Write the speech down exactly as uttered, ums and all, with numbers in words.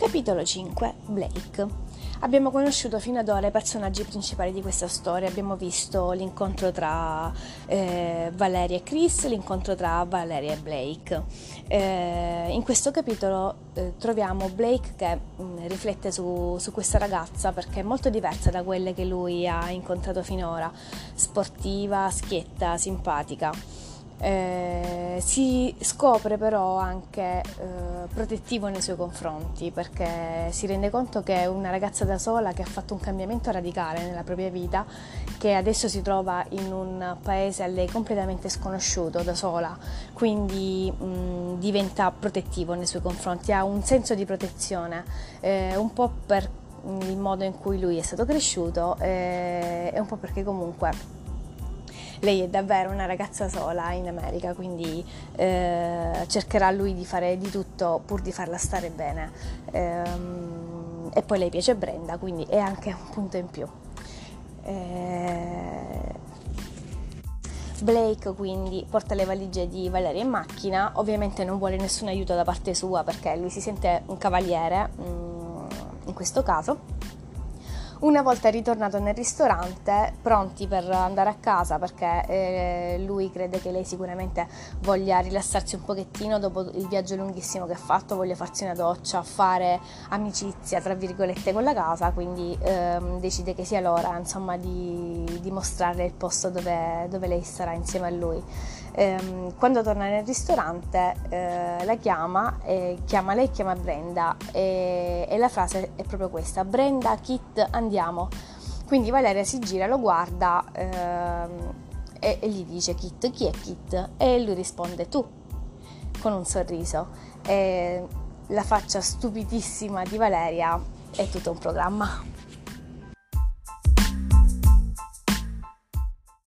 Capitolo cinque. Blake. Abbiamo conosciuto fino ad ora i personaggi principali di questa storia. Abbiamo visto l'incontro tra eh, Valeria e Chris, l'incontro tra Valeria e Blake. Eh, in questo capitolo eh, troviamo Blake che mh, riflette su, su questa ragazza, perché è molto diversa da quelle che lui ha incontrato finora, sportiva, schietta, simpatica. Eh, si scopre però anche eh, protettivo nei suoi confronti, perché si rende conto che è una ragazza da sola che ha fatto un cambiamento radicale nella propria vita, che adesso si trova in un paese a lei completamente sconosciuto, da sola, quindi mh, diventa protettivo nei suoi confronti, ha un senso di protezione, eh, un po' per il modo in cui lui è stato cresciuto eh, e un po' perché comunque lei è davvero una ragazza sola in America, quindi eh, cercherà lui di fare di tutto pur di farla stare bene. Ehm, e poi lei piace Brenda, quindi è anche un punto in più. Eh, Blake quindi porta le valigie di Valeria in macchina, ovviamente non vuole nessun aiuto da parte sua perché lui si sente un cavaliere mm, in questo caso. Una volta ritornato nel ristorante, pronti per andare a casa, perché eh, lui crede che lei sicuramente voglia rilassarsi un pochettino dopo il viaggio lunghissimo che ha fatto, voglia farsi una doccia, fare amicizia tra virgolette con la casa, quindi ehm, decide che sia l'ora insomma di, di mostrarle il posto dove, dove lei starà insieme a lui. Ehm, quando torna nel ristorante eh, la chiama, e chiama lei, chiama Brenda e, e la frase è proprio questa: Brenda, Kit, andiamo. Quindi Valeria si gira, lo guarda ehm, e, e gli dice: Kit, chi è Kit? E lui risponde: tu, con un sorriso. E la faccia stupidissima di Valeria è tutto un programma.